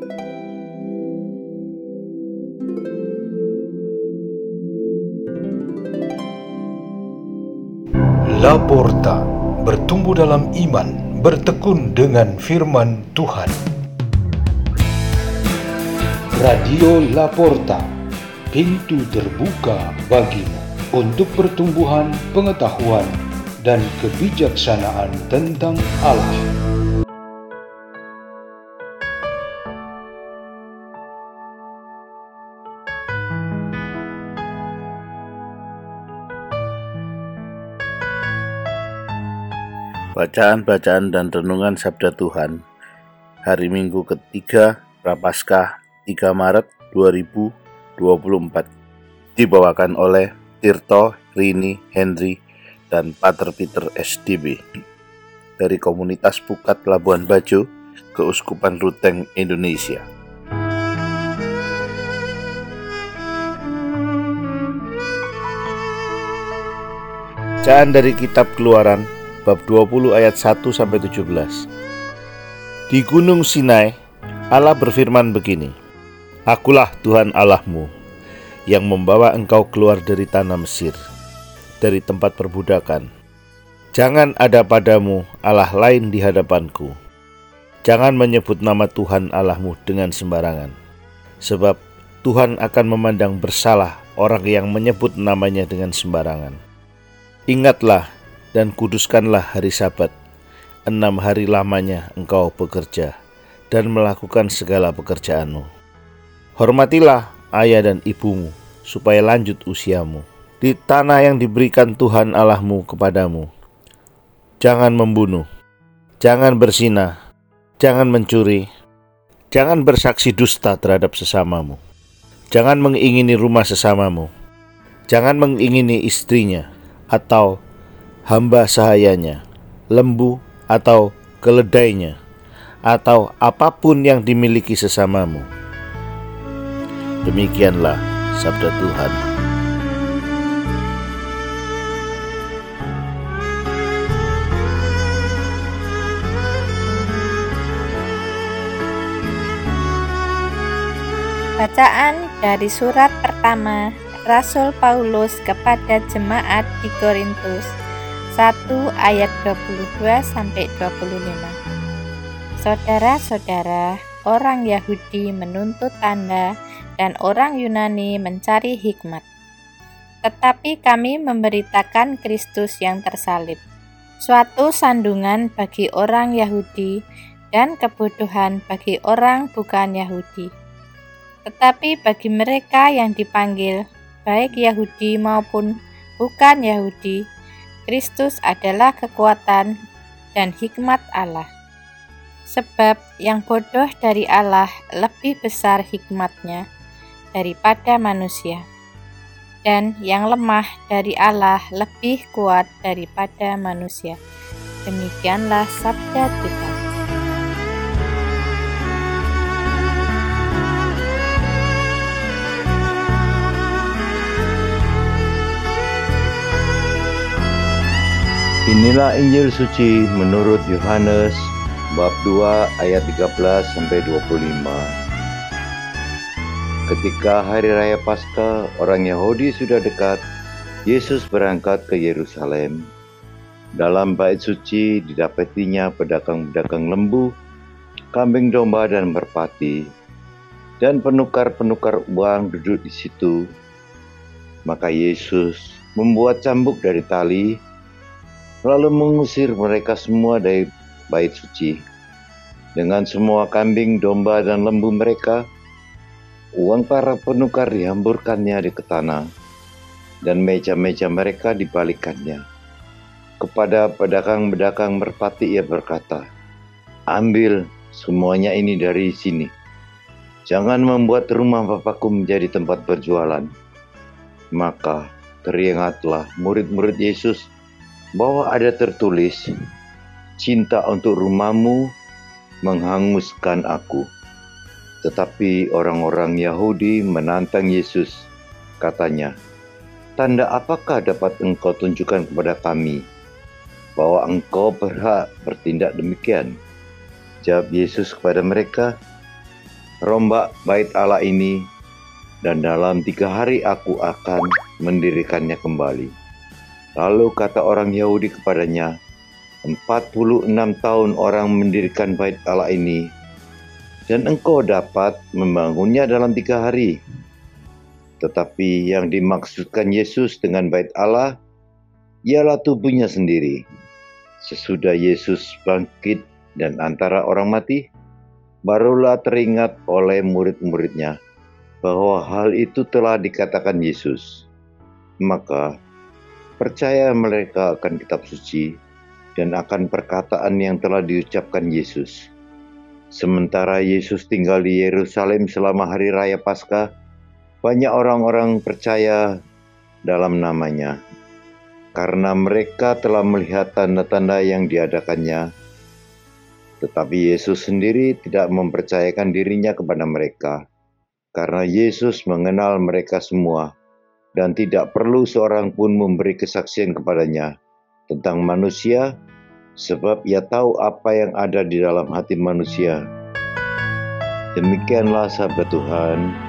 Laporta, bertumbuh dalam iman, bertekun dengan firman Tuhan. Radio Laporta, pintu terbuka bagimu untuk pertumbuhan pengetahuan dan kebijaksanaan tentang Allah. Bacaan-bacaan dan renungan Sabda Tuhan hari Minggu ketiga Prapaskah 3 Maret 2024 dibawakan oleh Tirto, Rini, Henry, dan Pater Peter SDB dari Komunitas Pukat Labuan Bajo, Keuskupan Ruteng, Indonesia. Bacaan dari Kitab Keluaran bab 20 ayat 1-17. Di Gunung Sinai, Allah berfirman begini, "Akulah Tuhan Allahmu, yang membawa engkau keluar dari tanah Mesir, dari tempat perbudakan. Jangan ada padamu Allah lain di hadapanku. Jangan menyebut nama Tuhan Allahmu dengan sembarangan, sebab Tuhan akan memandang bersalah orang yang menyebut namanya dengan sembarangan. Ingatlah dan kuduskanlah hari Sabat. 6 hari lamanya engkau bekerja dan melakukan segala pekerjaanmu. Hormatilah ayah dan ibumu, supaya lanjut usiamu di tanah yang diberikan Tuhan Allahmu kepadamu. Jangan membunuh, jangan berzina, jangan mencuri, jangan bersaksi dusta terhadap sesamamu, jangan mengingini rumah sesamamu, jangan mengingini istrinya, atau hamba sahayanya, lembu atau keledainya, atau apapun yang dimiliki sesamamu." Demikianlah sabda Tuhan. Bacaan dari surat pertama Rasul Paulus kepada jemaat di Korintus 1 ayat 22-25. Saudara-saudara, orang Yahudi menuntut tanda dan orang Yunani mencari hikmat. Tetapi kami memberitakan Kristus yang tersalib, suatu sandungan bagi orang Yahudi dan kebodohan bagi orang bukan Yahudi. Tetapi bagi mereka yang dipanggil, baik Yahudi maupun bukan Yahudi, Kristus adalah kekuatan dan hikmat Allah. Sebab yang bodoh dari Allah lebih besar hikmatnya daripada manusia, dan yang lemah dari Allah lebih kuat daripada manusia. Demikianlah sabda Tuhan. Inilah Injil suci menurut Yohanes bab 2 ayat 13-25. Ketika hari raya Paskah orang Yahudi sudah dekat, Yesus berangkat ke Yerusalem. Dalam bait suci didapatinya pedagang-pedagang lembu, kambing domba dan merpati, dan penukar-penukar uang duduk di situ. Maka Yesus membuat cambuk dari tali, lalu mengusir mereka semua dari bait suci. Dengan semua kambing, domba, dan lembu mereka, uang para penukar dihamburkannya ke tanah, dan meja-meja mereka dibalikannya. Kepada pedagang-pedagang merpati ia berkata, "Ambil semuanya ini dari sini. Jangan membuat rumah Bapakku menjadi tempat berjualan." Maka teringatlah murid-murid Yesus bahwa ada tertulis, "Cinta untuk rumahmu menghanguskan aku." Tetapi orang-orang Yahudi menantang Yesus. Katanya, "Tanda apakah dapat engkau tunjukkan kepada kami bahwa engkau berhak bertindak demikian?" Jawab Yesus kepada mereka, rombak bait Allah ini, dan dalam 3 hari aku akan mendirikannya kembali." Lalu kata orang Yahudi kepadanya, 46 tahun orang mendirikan bait Allah ini, dan engkau dapat membangunnya dalam 3 hari. Tetapi yang dimaksudkan Yesus dengan bait Allah ialah tubuhnya sendiri. Sesudah Yesus bangkit dan antara orang mati, barulah teringat oleh murid-muridnya bahwa hal itu telah dikatakan Yesus. Maka percaya mereka akan kitab suci dan akan perkataan yang telah diucapkan Yesus. Sementara Yesus tinggal di Yerusalem selama hari raya Paskah, banyak orang-orang percaya dalam namanya, karena mereka telah melihat tanda-tanda yang diadakannya. Tetapi Yesus sendiri tidak mempercayakan dirinya kepada mereka, karena Yesus mengenal mereka semua, dan tidak perlu seorang pun memberi kesaksian kepadanya tentang manusia, sebab Ia tahu apa yang ada di dalam hati manusia. Demikianlah sabda Tuhan.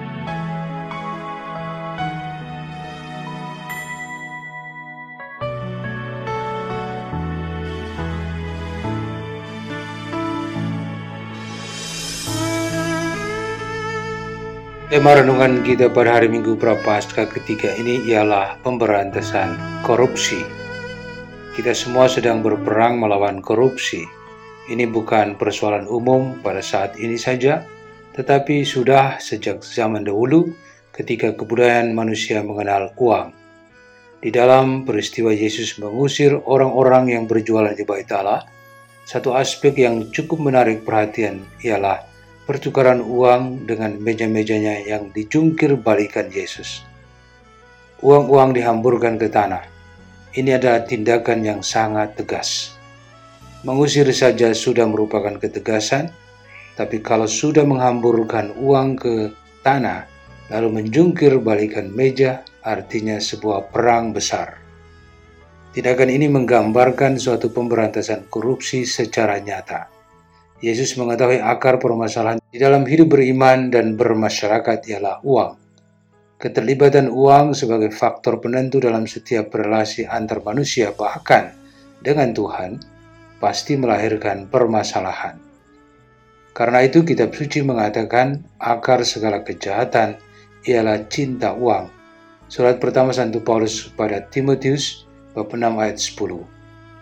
Tema renungan kita pada hari Minggu Prapaskah ketiga ini ialah pemberantasan korupsi. Kita semua sedang berperang melawan korupsi. Ini bukan persoalan umum pada saat ini saja, tetapi sudah sejak zaman dahulu ketika kebudayaan manusia mengenal uang. Di dalam peristiwa Yesus mengusir orang-orang yang berjualan di bait Allah, satu aspek yang cukup menarik perhatian ialah pertukaran uang dengan meja-mejanya yang dijungkir balikan Yesus. Uang-uang dihamburkan ke tanah. Ini adalah tindakan yang sangat tegas. Mengusir saja sudah merupakan ketegasan, tapi kalau sudah menghamburkan uang ke tanah, lalu menjungkir balikan meja, artinya sebuah perang besar. Tindakan ini menggambarkan suatu pemberantasan korupsi secara nyata. Yesus mengetahui akar permasalahan di dalam hidup beriman dan bermasyarakat ialah uang. Keterlibatan uang sebagai faktor penentu dalam setiap relasi antar manusia bahkan dengan Tuhan pasti melahirkan permasalahan. Karena itu kitab suci mengatakan akar segala kejahatan ialah cinta uang. Surat pertama Santo Paulus pada Timotius bab 6 ayat 10.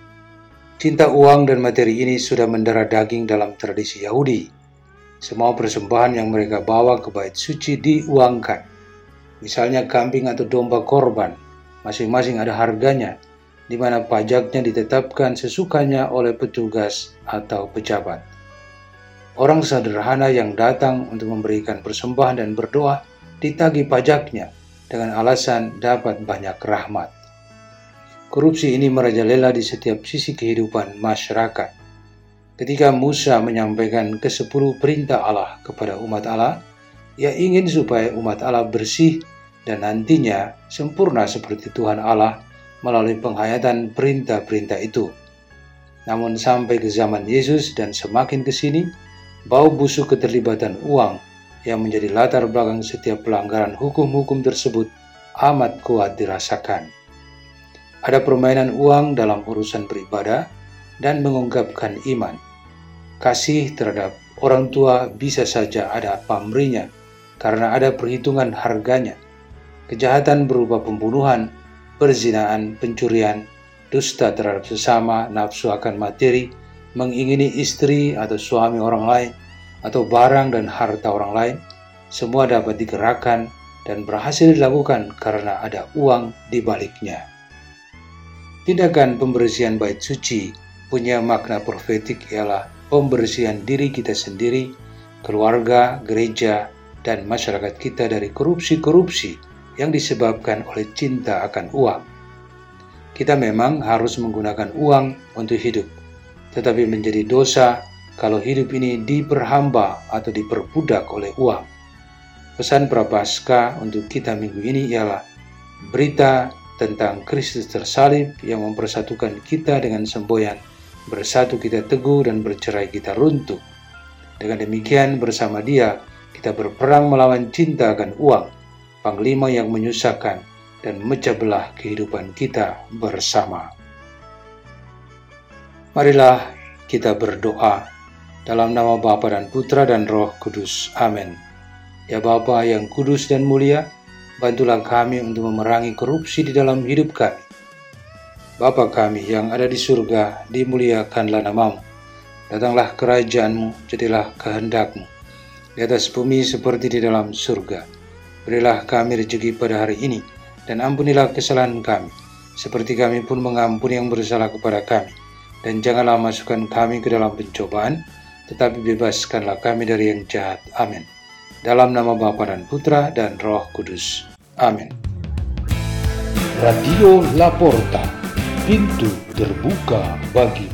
Cinta uang dan materi ini sudah mendarah daging dalam tradisi Yahudi. Semua persembahan yang mereka bawa ke bait suci diuangkan. Misalnya kambing atau domba korban, masing-masing ada harganya, di mana pajaknya ditetapkan sesukanya oleh petugas atau pejabat. Orang sederhana yang datang untuk memberikan persembahan dan berdoa ditagih pajaknya dengan alasan dapat banyak rahmat. Korupsi ini merajalela di setiap sisi kehidupan masyarakat. Ketika Musa menyampaikan ke-10 perintah Allah kepada umat Allah, Ia ingin supaya umat Allah bersih dan nantinya sempurna seperti Tuhan Allah melalui penghayatan perintah-perintah itu. Namun sampai ke zaman Yesus dan semakin ke sini, bau busuk keterlibatan uang yang menjadi latar belakang setiap pelanggaran hukum-hukum tersebut amat kuat dirasakan. Ada permainan uang dalam urusan beribadah dan mengungkapkan iman. Kasih terhadap orang tua bisa saja ada pamrihnya karena ada perhitungan harganya. Kejahatan berupa pembunuhan, perzinaan, pencurian, dusta terhadap sesama, nafsu akan materi, mengingini istri atau suami orang lain, atau barang dan harta orang lain, semua dapat digerakkan dan berhasil dilakukan karena ada uang di baliknya. Tindakan pembersihan bait suci punya makna profetik ialah pembersihan diri kita sendiri, keluarga, gereja, dan masyarakat kita dari korupsi-korupsi yang disebabkan oleh cinta akan uang. Kita memang harus menggunakan uang untuk hidup, tetapi menjadi dosa kalau hidup ini diperhamba atau diperbudak oleh uang. Pesan Prapaskah untuk kita minggu ini ialah berita tentang Kristus tersalib yang mempersatukan kita dengan semboyan, bersatu kita teguh dan bercerai kita runtuh. Dengan demikian bersama Dia, kita berperang melawan cinta akan uang, panglima yang menyusahkan dan memecah belah kehidupan kita bersama. Marilah kita berdoa dalam nama Bapa dan Putra dan Roh Kudus. Amin. Ya Bapa yang kudus dan mulia, bantulah kami untuk memerangi korupsi di dalam hidup kami. Bapa kami yang ada di surga, dimuliakanlah nama-Mu. Datanglah kerajaan-Mu, jadilah kehendak-Mu, di atas bumi seperti di dalam surga. Berilah kami rezeki pada hari ini, dan ampunilah kesalahan kami, seperti kami pun mengampuni yang bersalah kepada kami. Dan janganlah masukkan kami ke dalam pencobaan, tetapi bebaskanlah kami dari yang jahat. Amin. Dalam nama Bapa dan Putra dan Roh Kudus. Amin. Radio Laporta, pintu terbuka bagi